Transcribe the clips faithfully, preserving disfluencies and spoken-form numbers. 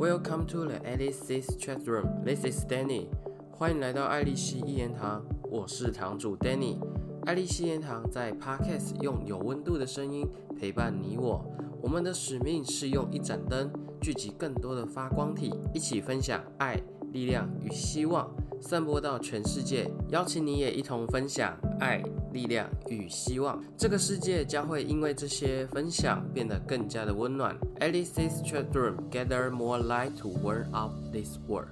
Welcome to the Alice's Chat Room. This is Danny. 欢迎来到爱丽丝一言堂，我是堂主 Danny。爱丽丝一言堂在 Podcast 用有温度的声音陪伴你我。我们的使命是用一盏灯聚集更多的发光体，一起分享爱、力量与希望，散播到全世界。邀请你也一同分享爱、力量与希望。这个世界将会因为这些分享变得更加的温暖。Alice's Chat Room gather more light to warm up this world.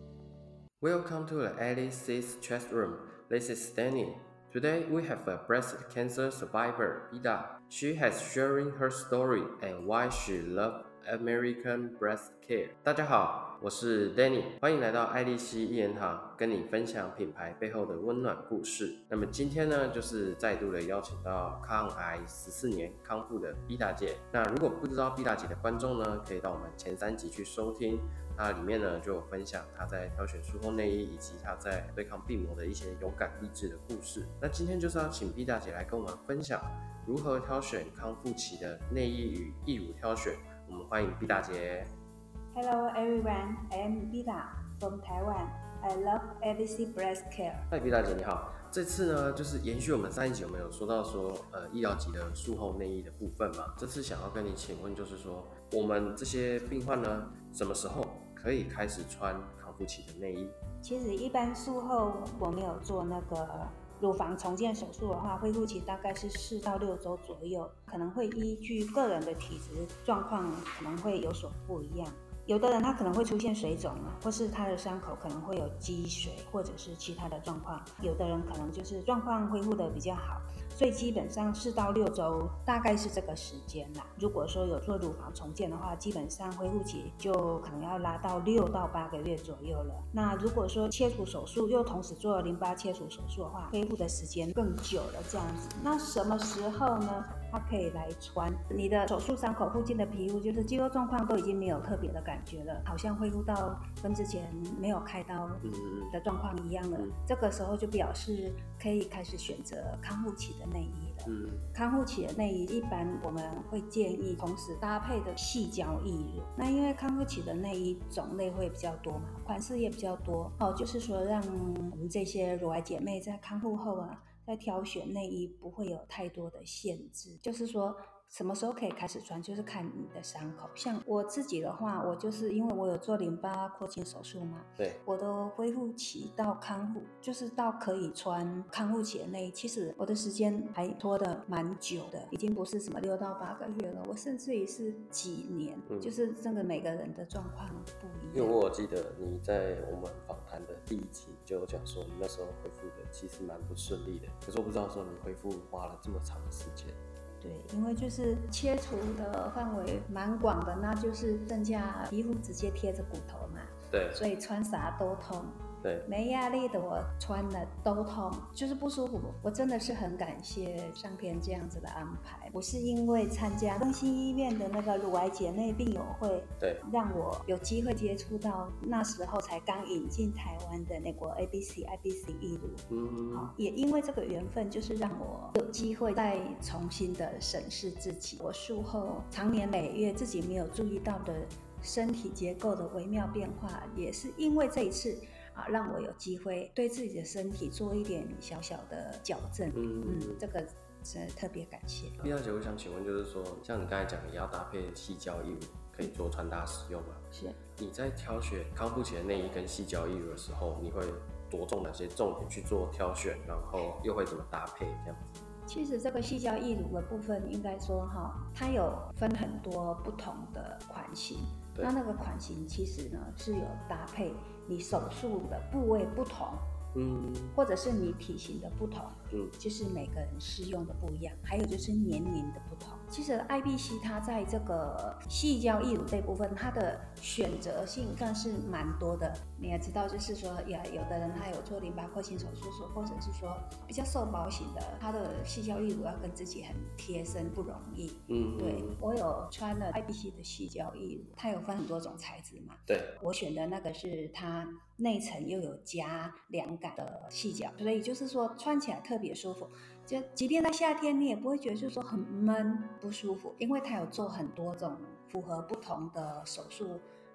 Welcome to the Alice's Chat Room. This is Danny.Today we have a breast cancer survivor, Ida. She has sharing her story and why she loves American breast care. 大家好，我是 Danny， 欢迎来到爱丽丝一言堂，跟你分享品牌背后的温暖故事。那么今天呢，就是再度的邀请到抗癌十四年康复的 Ida 姐。那如果不知道 Ida 姐的观众呢，可以到我们前三集去收听。那里面呢，就有分享她在挑选术后内衣，以及她在对抗病魔的一些勇敢励志的故事。那今天就是要请 Ida 姐来跟我们分享如何挑选康复期的内衣与义乳挑选。我们欢迎 Ida 姐。 Hello everyone, I am Ida from Taiwan. I love A B C Breast Care. 嗨 Ida 姐你好。这次呢，就是延续我们上一集我们有说到说，呃，医疗级的术后内衣的部分嘛。这次想要跟你请问，就是说，我们这些病患呢，什么时候可以开始穿康复期的内衣？ 其实一般术后我没有做那个乳房重建手术的话，恢复期大概是四到六周左右，可能会依据个人的体质状况，可能会有所不一样。有的人他可能会出现水肿啊，或是他的伤口可能会有积水，或者是其他的状况。有的人可能就是状况恢复的比较好，所以基本上四到六周大概是这个时间啦。如果说有做乳房重建的话，基本上恢复期就可能要拉到六到八个月左右了。那如果说切除手术又同时做了淋巴切除手术的话，恢复的时间更久了这样子。那什么时候呢？它可以来穿你的手术伤口附近的皮肤，就是肌肉状况都已经没有特别的感觉了，好像恢复到跟之前没有开刀的状况一样了。嗯、这个时候就表示可以开始选择康复期的内衣了。嗯、康复期的内衣一般我们会建议同时搭配的矽胶义乳。那因为康复期的内衣种类会比较多嘛，款式也比较多哦，就是说让我们这些乳癌姐妹在康复后啊，在挑选内衣不会有太多的限制，就是说什么时候可以开始穿，就是看你的伤口。像我自己的话，我就是因为我有做淋巴扩清手术嘛， 对， 我的恢复期到康复，就是到可以穿康复期的内衣，其实我的时间还拖得蛮久的，已经不是什么六到八个月了，我甚至于是几年，嗯、就是这个每个人的状况不一样。 因为我记得你在我们访谈的第一集就有讲说，你那时候恢复的其实蛮不顺利的，可是我不知道说你恢复花了这么长的时间。 对，因为就是切除的范围蛮广的，那就是剩下皮肤直接贴着骨头嘛， 对， 所以穿啥都痛。 对， 没压力的我穿了都痛，就是不舒服。我真的是很感谢上天这样子的安排。我是因为参加更新医院的那个乳癌姐妹病友会， 对， 让我有机会接触到那时候才刚引进台湾的那个 A B C I B C 义乳。嗯，好，也因为这个缘分，就是让我有机会再重新的审视自己。我术后长年累月自己没有注意到的身体结构的微妙变化，也是因为这一次啊，让我有机会对自己的身体做一点小小的矫正。嗯嗯，这个是特别感谢。 Ida姐，我想请问，就是说，像你刚才讲，也要搭配矽胶义乳，可以做穿搭使用吗？ 是。你在挑选康复期的内衣跟矽胶义乳的时候，你会着重哪些重点去做挑选，然后又会怎么搭配这样子？ 其实这个矽胶义乳的部分，应该说哈，它有分很多不同的款型。那那个款型其实呢是有搭配你手术的部位不同，嗯，或者是你体型的不同，嗯，就是每个人适用的不一样，还有就是年龄的不同。其实 I B C 它在这个矽胶义乳这部分，它的选择性算是蛮多的。你也知道，就是说，呀，有的人他有做淋巴扩清手术，或者是说比较瘦薄型的，他的矽胶义乳要跟自己很贴身不容易。嗯，对，我有穿了 I B C 的矽胶义乳，它有分很多种材质嘛。 对， 我选的那个是它内层又有加凉感的矽胶，所以就是说穿起来特别舒服。就即便在夏天，你也不会觉得就是说很闷不舒服，因为它有做很多种符合不同的手术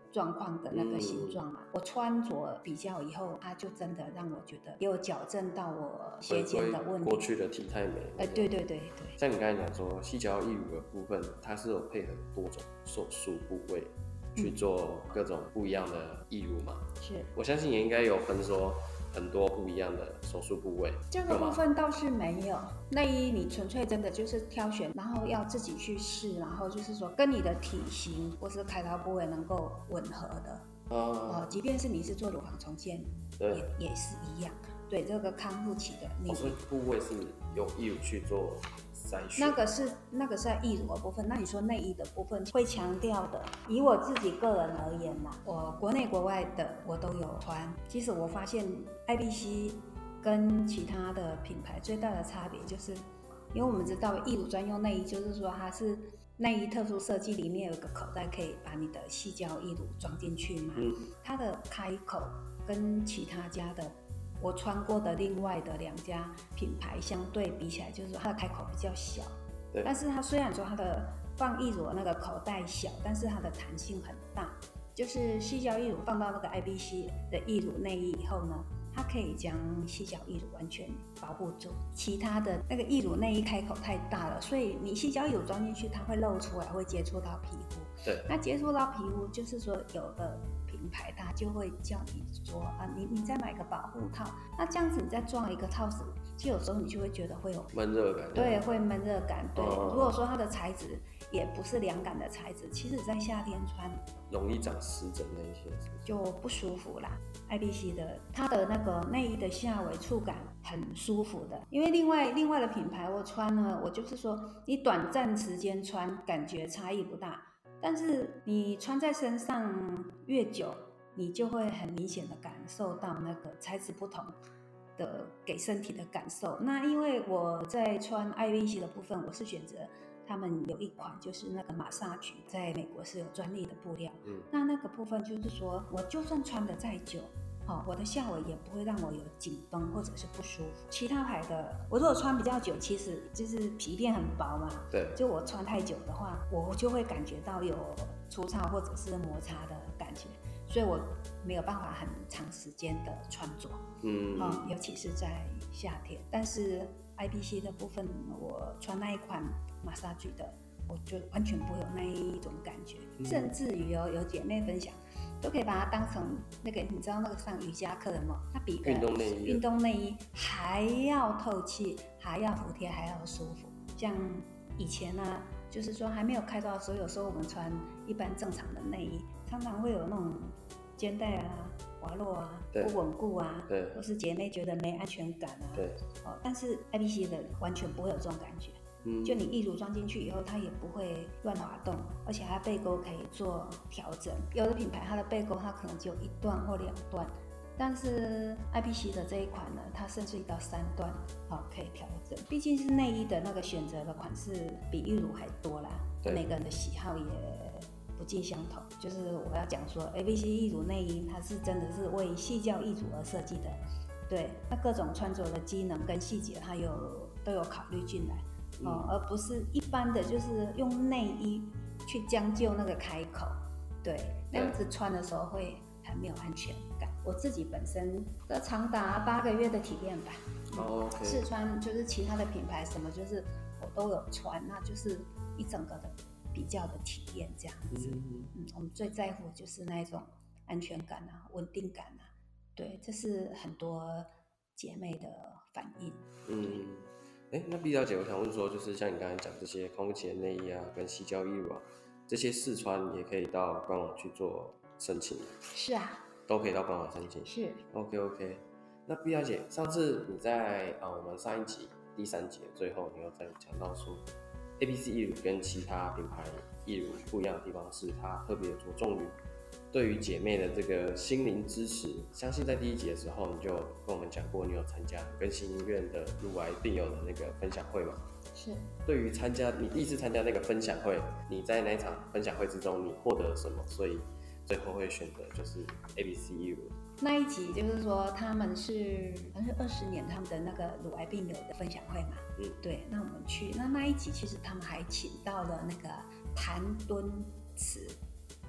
状况的那个形状嘛、嗯。我穿着比较以后，它就真的让我觉得有矫正到我斜肩的问题。 过去的体态美。 哎、呃，对对对对。 像你刚才讲说细胶义乳的部分，它是有配合多种手术部位去做各种不一样的义乳嘛？ 是。 我相信也应该有分说很多不一样的手术部位。 这个部分倒是没有，内衣你纯粹真的就是挑选，然后要自己去试，然后就是说跟你的体型或是开刀部位能够吻合的。哦、呃，即便是你是做乳房重建，也也是一样。对这个康复期的，你、 哦、所以部位是用义乳去做筛选。 那个是那个是在义乳的部分。那你说内衣的部分会强调的，以我自己个人而言啦，我国内国外的我都有穿。其实我发现 I B C 跟其他的品牌最大的差别就是，因为我们知道义乳专用内衣，就是说它是内衣特殊设计，里面有一个口袋可以把你的矽胶义乳装进去嘛。嗯，它的开口跟其他家的我穿过的另外的两家品牌相对比起来，就是说它的开口比较小。对。但是它虽然说它的放义乳的那个口袋小，但是它的弹性很大。就是矽胶义乳放到那个 I B C 的义乳内衣以后呢，它可以将矽胶义乳完全保护住。其他的那个义乳内衣开口太大了，所以你矽胶义乳装进去，它会露出来，会接触到皮肤。对。那接触到皮肤，就是说有的品牌它就会叫你说啊，你你再买个保护套，那这样子你再装一个套子，其实有时候你就会觉得会有闷热感。 对，会闷热感。对、嗯，如果说它的材质也不是凉感的材质，其实在夏天穿容易长湿疹那一些就不舒服啦。I B C 的它的那个内衣的下围触感很舒服的，因为另外另外的品牌我穿呢，我就是说你短暂时间穿感觉差异不大。但是你穿在身上越久，你就会很明显的感受到那个材质不同的给身体的感受。那因为我在穿 I B C 的部分，我是选择他们有一款就是那个马萨菊，在美国是有专利的布料。嗯，那那个部分就是说，我就算穿得再久，哦，我的下围也不会让我有紧绷或者是不舒服。其他牌的，我如果穿比较久，其实就是皮变很薄嘛。对。就我穿太久的话，我就会感觉到有粗糙或者是摩擦的感觉，所以我没有办法很长时间的穿着。嗯。哦，尤其是在夏天。但是 I B C 的部分，我穿那一款马萨菊的，我就完全不会有那一种感觉，嗯、甚至于有有姐妹分享，都可以把它当成那个，你知道那个上瑜伽课的吗？它比运动内衣运动内衣还要透气，还要服帖，还要舒服。像以前呢、啊，就是说还没有开刀的时候，有时候我们穿一般正常的内衣，常常会有那种肩带啊、滑落啊、不稳固啊，或是姐妹觉得没安全感啊。对。哦，但是 I B C 的完全不会有这种感觉。嗯，就你义乳装进去以后，它也不会乱滑动，而且它背钩可以做调整。有的品牌它的背钩它可能只有一段或两段，但是 I B C 的这一款呢，它甚至一到三段，好、哦、可以调整。毕竟是内衣的那个选择的款式比义乳还多啦，每个人的喜好也不尽相同。就是我要讲说 ，A B C 义乳内衣它是真的是为矽胶义乳而设计的，对，那各种穿着的机能跟细节它有都有考虑进来。哦，而不是一般的，就是用内衣去将就那个开口，对，那样子穿的时候会很没有安全感。我自己本身的长达八个月的体验吧，哦、okay. 试穿就是其他的品牌什么，就是我都有穿，那就是一整个的比较的体验这样子。嗯, 嗯，我们最在乎的就是那一种安全感啊、稳定感啊，对，这是很多姐妹的反应。嗯。 哎，那毕小姐，我想问说，就是像你刚才讲这些康复期的内衣啊，跟矽胶义乳啊，这些试穿也可以到官网去做申请。 是啊， 都可以到官网申请。 是。 OK OK。那毕小姐，上次你在啊、呃、我们上一集第三集的最后，你有在讲到说 ，A B C 义乳跟其他品牌义乳不一样的地方是，它特别着重于对于姐妹的这个心灵支持。相信在第一集的时候，你就跟我们讲过，你有参加跟新医院的乳癌病友的那个分享会嘛？ 是。 对于参加你第一次参加那个分享会，你在那一场分享会之中，你获得了什么？所以最后会选择就是 A B C 义乳。 那一集就是说他们是好像是二十年他们的那个乳癌病友的分享会嘛。嗯。对，那我们去那那一集，其实他们还请到了那个谭敦慈。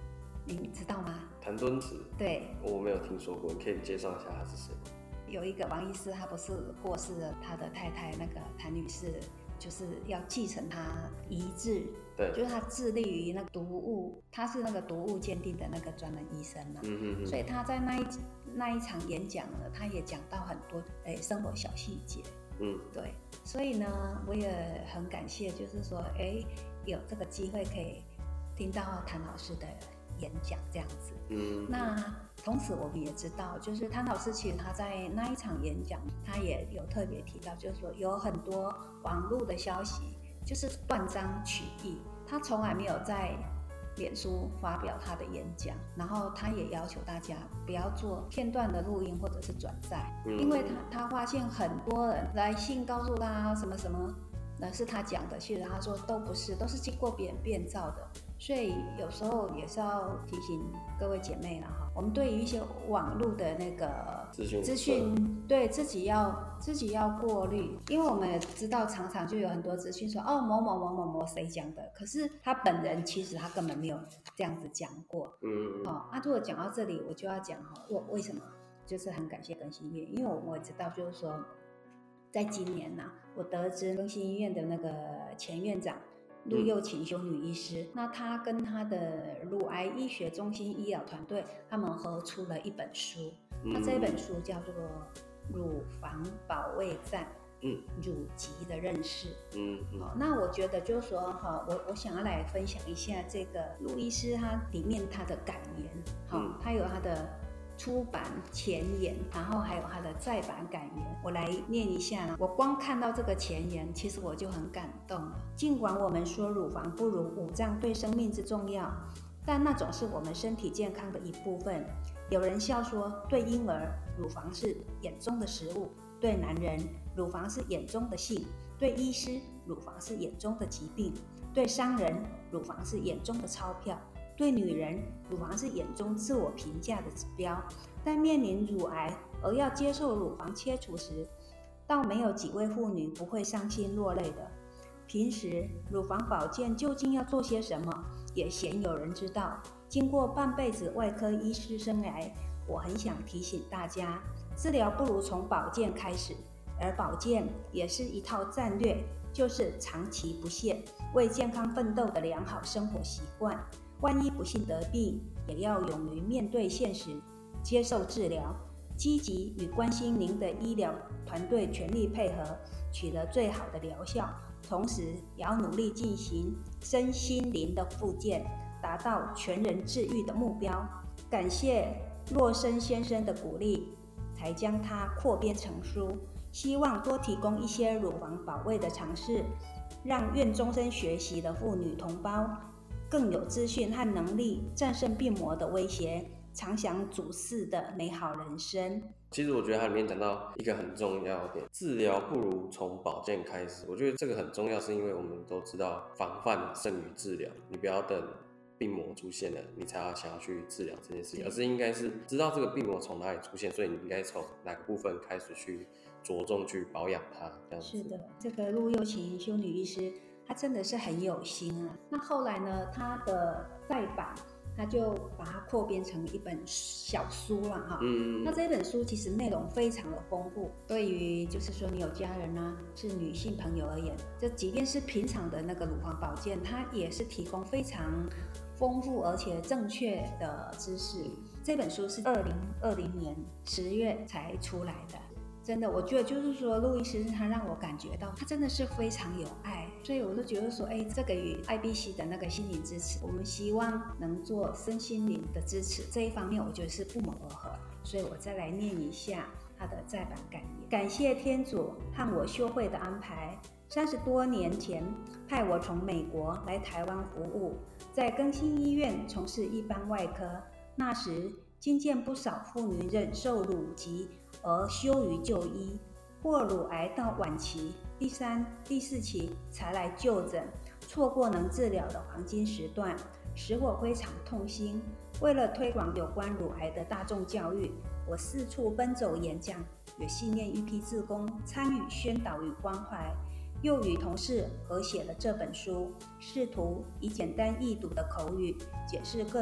你知道吗？ 谭敦慈？ 对， 我没有听说过，你可以介绍一下他是谁？ 有一个王医师，他不是过世了，他的太太那个谭女士，就是要继承他遗志， 对， 就是他致力于那个毒物，他是那个毒物鉴定的那个专门医生嘛， 嗯哼哼， 所以他在那一那一场演讲呢，他也讲到很多诶生活小细节， 嗯， 对，所以呢，我也很感谢，就是说，哎，有这个机会可以听到谭老师的演讲这样子， 嗯， 那同时我们也知道，就是谭老师其实他在那一场演讲，他也有特别提到，就是说有很多网络的消息就是断章取义，他从来没有在脸书发表他的演讲，然后他也要求大家不要做片段的录音或者是转载， 嗯、 因为他他发现很多人来信告诉他什么什么，那是他讲的，其实他说都不是，都是经过别人变造的。所以有时候也是要提醒各位姐妹啦哈，我们对于一些网络的那个资讯资讯，对自己要自己要过滤，因为我们也知道常常就有很多资讯说哦某某某某某谁讲的，可是他本人其实他根本没有这样子讲过。 嗯， 哦，啊，如果讲到这里，我就要讲哈，我为什么就是很感谢更新医院，因为我我也知道就是说，在今年呐、啊，我得知更新医院的那个前院长。陆幼琴修女医师，那她跟她的乳癌医学中心医疗团队，他们合出了一本书。那这本书叫做《乳房保卫战》，嗯，乳疾的认识，嗯，好，那我觉得就是说哈，我我想要来分享一下这个陆医师他里面他的感言，好，他有他的出版前言，然后还有他的再版感言，我来念一下。我光看到这个前言，其实我就很感动了。尽管我们说乳房不如五脏对生命之重要，但那总是我们身体健康的一部分。有人笑说，对婴儿，乳房是眼中的食物；对男人，乳房是眼中的性；对医师，乳房是眼中的疾病；对商人，乳房是眼中的钞票。对女人，乳房是眼中自我评价的指标，但面临乳癌而要接受乳房切除时，倒没有几位妇女不会伤心落泪的。平时乳房保健究竟要做些什么，也鲜有人知道。经过半辈子外科医师生涯，我很想提醒大家，治疗不如从保健开始，而保健也是一套战略，就是长期不懈为健康奋斗的良好生活习惯。万一不幸得病，也要勇于面对现实，接受治疗，积极与关心您的医疗团队全力配合，取得最好的疗效。同时，也要努力进行身心灵的复健，达到全人治愈的目标。感谢洛生先生的鼓励，才将它扩编成书，希望多提供一些乳房保卫的常识，让愿终身学习的妇女同胞更有资讯和能力战胜病魔的威胁，常享主事的美好人生。 其实我觉得它里面讲到一个很重要的点，治疗不如从保健开始。我觉得这个很重要，是因为我们都知道防范胜于治疗，你不要等病魔出现了，你才要想要去治疗这件事情，而是应该是知道这个病魔从哪里出现，所以你应该从哪个部分开始去着重去保养它。这样子。 是的，这个陆幼琴修女医师，她真的是很有心啊。那后来呢，她的再版，她就把它扩编成一本小书了哈。嗯。那这本书其实内容非常的丰富，对于就是说你有家人啊，是女性朋友而言，这即便是平常的那个乳房保健，它也是提供非常丰富而且正确的知识。这本书是二零二零年十月才出来的。真的，我觉得就是说，陆医师他让我感觉到，他真的是非常有爱，所以我就觉得说，哎，这个与 I B C 的那个心灵支持，我们希望能做身心灵的支持，这一方面我觉得是不谋而合。所以我再来念一下他的再版感言：感谢天主和我修会的安排，三十多年前派我从美国来台湾服务，在更新医院从事一般外科，那时经见不少妇女忍受乳疾而羞于就医，或乳癌到晚期第三、第四期才来就诊，错过能治疗的黄金时段，使我非常痛心。为了推广有关乳癌的大众教育，我四处奔走演讲，也训练一批志工参与宣导与关怀，又与同事合写了这本书，试图以简单易读的口语解释各种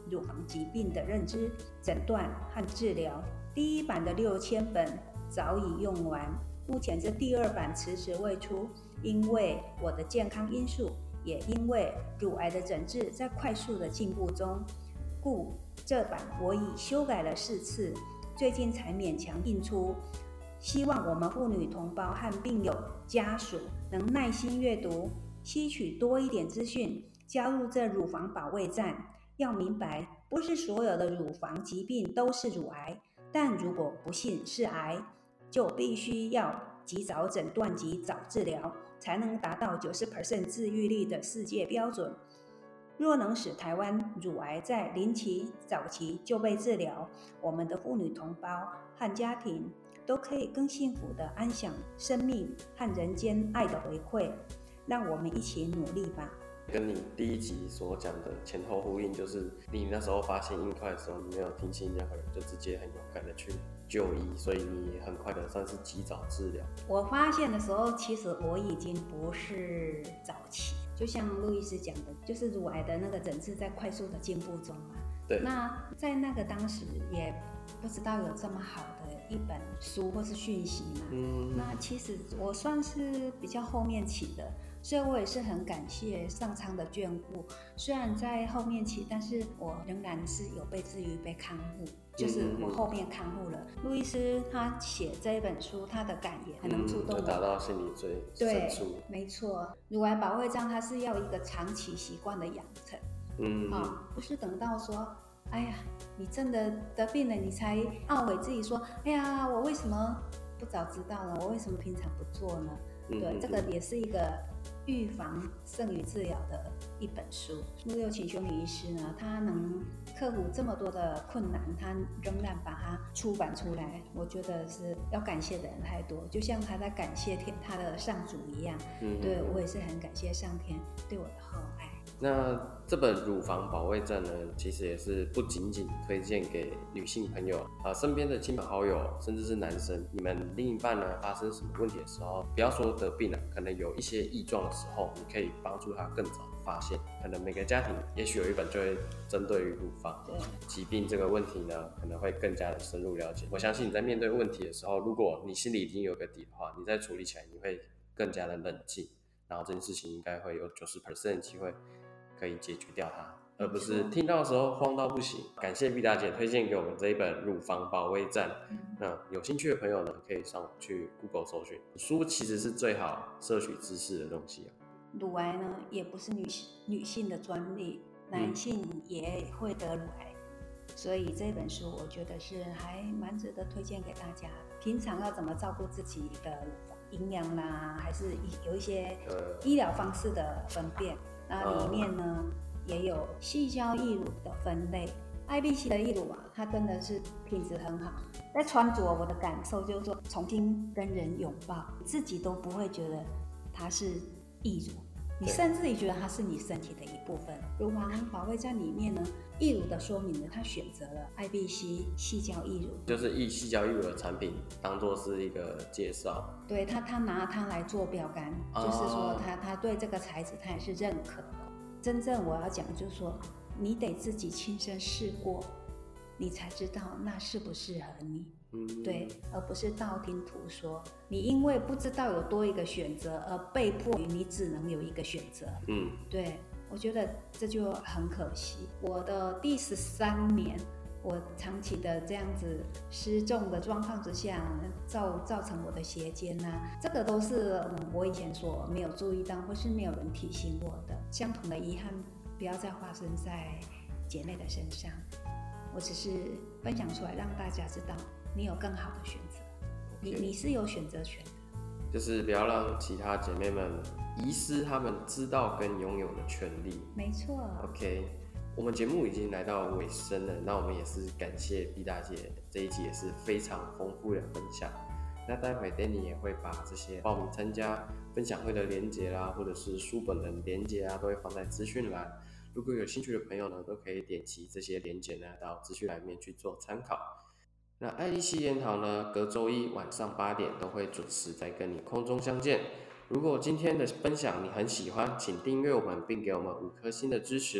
乳房疾病的认知、诊断和治疗。第一版的六千本早已用完，目前这第二版迟迟未出，因为我的健康因素，也因为乳癌的诊治在快速的进步中，故这版我已修改了四次，最近才勉强印出。希望我们妇女同胞和病友家属能耐心阅读，吸取多一点资讯，加入这乳房保卫战。要明白，不是所有的乳房疾病都是乳癌，但如果不幸是癌，就必须要及早诊断及早治疗，才能达到 百分之九十 治愈率的世界标准。若能使台湾乳癌在临期早期就被治疗，我们的妇女同胞和家庭都可以更幸福地安享生命和人间爱的回馈。让我们一起努力吧。 跟你第一集所讲的前后呼应，就是你那时候发现硬块的时候，你没有听信任何人，就直接很勇敢的去就医，所以你很快的算是及早治疗。 我发现的时候，其实我已经不是早期，就像路易斯讲的，就是乳癌的那个诊治在快速的进步中嘛。 对。 那在那个当时也不知道有这么好的一本书或是讯息嘛。嗯。那其实我算是比较后面起的。所以我也是很感谢上苍的眷顾，虽然在后面期，但是我仍然是有被治愈、被看护，就是我后面看护了。路易斯他写这一本书，他的感言很能触动我， 嗯、达到心里最深处。 对，没错，乳癌保卫战它是要一个长期习惯的养成，嗯，啊、哦，不是等到说，哎呀，你真的得病了，你才懊悔自己说，哎呀，我为什么不早知道呢？我为什么平常不做呢？对，嗯、这个也是一个预防胜于治疗的一本书。陆佑请修女医师呢，他能克服这么多的困难，他仍然把它出版出来，我觉得是要感谢的人太多，就像他在感谢天他的上主一样。嗯，对我也是很感谢上天对我的厚爱。 那这本乳房保卫战呢，其实也是不仅仅推荐给女性朋友啊、呃，身边的亲朋好友，甚至是男生，你们另一半呢发生什么问题的时候，不要说得病了，可能有一些异状的时候，你可以帮助他更早的发现。可能每个家庭也许有一本就会针对于乳房疾病这个问题呢，可能会更加的深入了解。我相信你在面对问题的时候，如果你心里已经有个底的话，你在处理起来你会更加的冷静，然后这件事情应该会有 百分之九十 的机会可以解决掉它，而不是听到的时候慌到不行。感谢毕大姐推荐给我们这一本《乳房保卫战》，嗯，那有兴趣的朋友呢，可以上网去 Google 搜寻。书其实是最好摄取知识的东西啊。 乳癌呢，也不是女女性的专利，男性也会得乳癌，嗯、所以这本书我觉得是还蛮值得推荐给大家。平常要怎么照顾自己的乳房营养啦，还是有一些医疗方式的分辨。那里面呢、嗯、也有矽胶义乳的分类 ，I B C 的义乳啊，它真的是品质很好。在穿着我的感受就是说，重新跟人拥抱，自己都不会觉得它是义乳，你甚至于觉得它是你身体的一部分。乳房保卫战里面呢，义乳的说明呢，它选择了 I B C 矽胶义乳， 就是以矽胶义乳的产品当做是一个介绍。 对他，他拿它来做标杆，哦、就是说他他对这个材质他也是认可的。真正我要讲就是说，你得自己亲身试过，你才知道那适不适合你。嗯，对，而不是道听途说。你因为不知道有多一个选择，而被迫于你只能有一个选择。嗯，对，我觉得这就很可惜。我的第十三年。我长期的这样子失重的状况之下，造造成我的斜肩啊，这个都是、嗯、我以前所没有注意到，或是没有人提醒我的。相同的遗憾不要再发生在姐妹的身上。我只是分享出来，让大家知道你有更好的选择， okay. 你你是有选择权的， 就是不要让其他姐妹们遗失她们知道跟拥有的权利。 没错。 OK。我们节目已经来到尾声了，那我们也是感谢毕大姐这一集也是非常丰富的分享。那待会 Danny 也会把这些报名参加分享会的连结啦，或者是书本的连结啊，都会放在资讯栏。如果有兴趣的朋友呢，都可以点击这些连结呢到资讯栏里面去做参考。那爱丽丝研讨呢，隔周一晚上八点都会准时在跟你空中相见。如果今天的分享你很喜欢，请订阅我们并给我们五颗星的支持。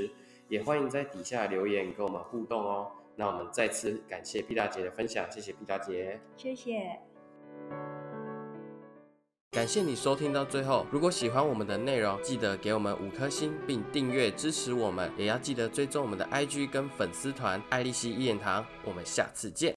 也欢迎在底下留言跟我们互动哦。那我们再次感谢毕大姐的分享，谢谢毕大姐。 谢谢。 感谢你收听到最后，如果喜欢我们的内容，记得给我们五颗星并订阅支持我们，也要记得追踪我们的 I G 跟粉丝团爱丽丝一言堂。我们下次见。